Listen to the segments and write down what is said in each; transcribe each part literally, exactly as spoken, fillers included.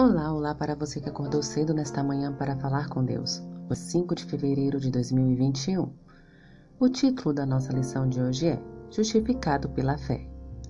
Olá, olá para você que acordou cedo nesta manhã para falar com Deus. Hoje, cinco de fevereiro de dois mil e vinte e um. O título da nossa lição de hoje é Justificado pela Fé.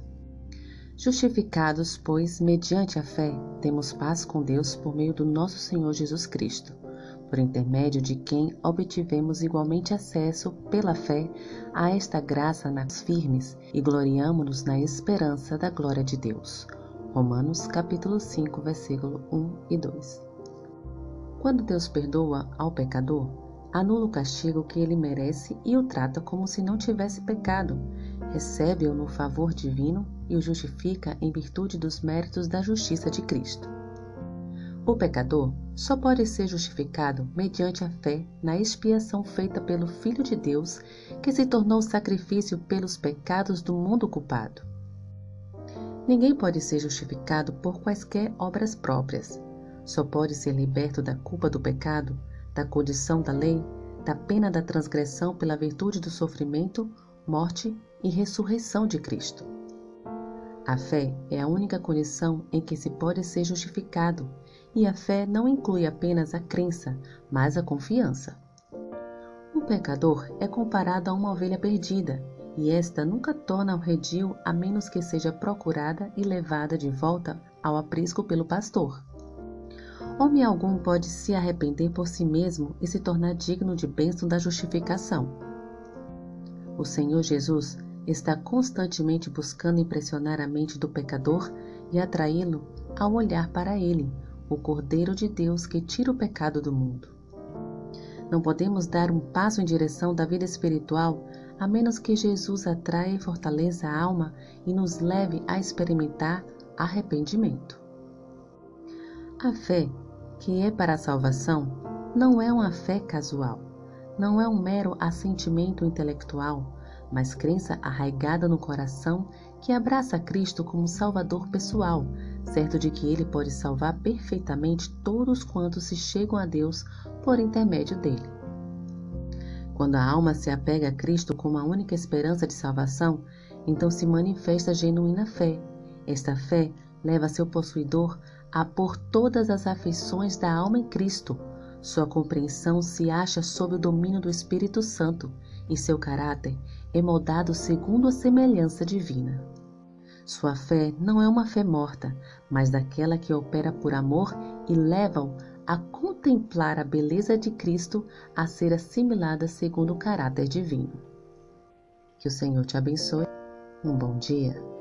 Justificados, pois, mediante a fé, temos paz com Deus por meio do nosso Senhor Jesus Cristo, por intermédio de quem obtivemos igualmente acesso, pela fé, a esta graça nas firmes e gloriamo-nos na esperança da glória de Deus. Romanos capítulo cinco, versículo um e dois. Quando Deus perdoa ao pecador, anula o castigo que ele merece e o trata como se não tivesse pecado, recebe-o no favor divino e o justifica em virtude dos méritos da justiça de Cristo. O pecador só pode ser justificado mediante a fé na expiação feita pelo Filho de Deus, que se tornou sacrifício pelos pecados do mundo culpado. Ninguém pode ser justificado por quaisquer obras próprias. Só pode ser liberto da culpa do pecado, da condição da lei, da pena da transgressão pela virtude do sofrimento, morte e ressurreição de Cristo. A fé é a única condição em que se pode ser justificado, e a fé não inclui apenas a crença, mas a confiança. O pecador é comparado a uma ovelha perdida, e esta nunca torna ao redil a menos que seja procurada e levada de volta ao aprisco pelo pastor. Homem algum pode se arrepender por si mesmo e se tornar digno de bênção da justificação. O Senhor Jesus está constantemente buscando impressionar a mente do pecador e atraí-lo ao olhar para ele, o Cordeiro de Deus que tira o pecado do mundo. Não podemos dar um passo em direção da vida espiritual a menos que Jesus atraia e fortaleça a alma e nos leve a experimentar arrependimento. A fé, que é para a salvação, não é uma fé casual, não é um mero assentimento intelectual, mas crença arraigada no coração que abraça Cristo como Salvador pessoal, certo de que Ele pode salvar perfeitamente todos quantos se chegam a Deus por intermédio dele. Quando a alma se apega a Cristo como a única esperança de salvação, então se manifesta a genuína fé. Esta fé leva seu possuidor a pôr todas as afeições da alma em Cristo. Sua compreensão se acha sob o domínio do Espírito Santo e seu caráter é moldado segundo a semelhança divina. Sua fé não é uma fé morta, mas daquela que opera por amor e leva-o a contemplar a beleza de Cristo a ser assimilada segundo o caráter divino. Que o Senhor te abençoe. Um bom dia.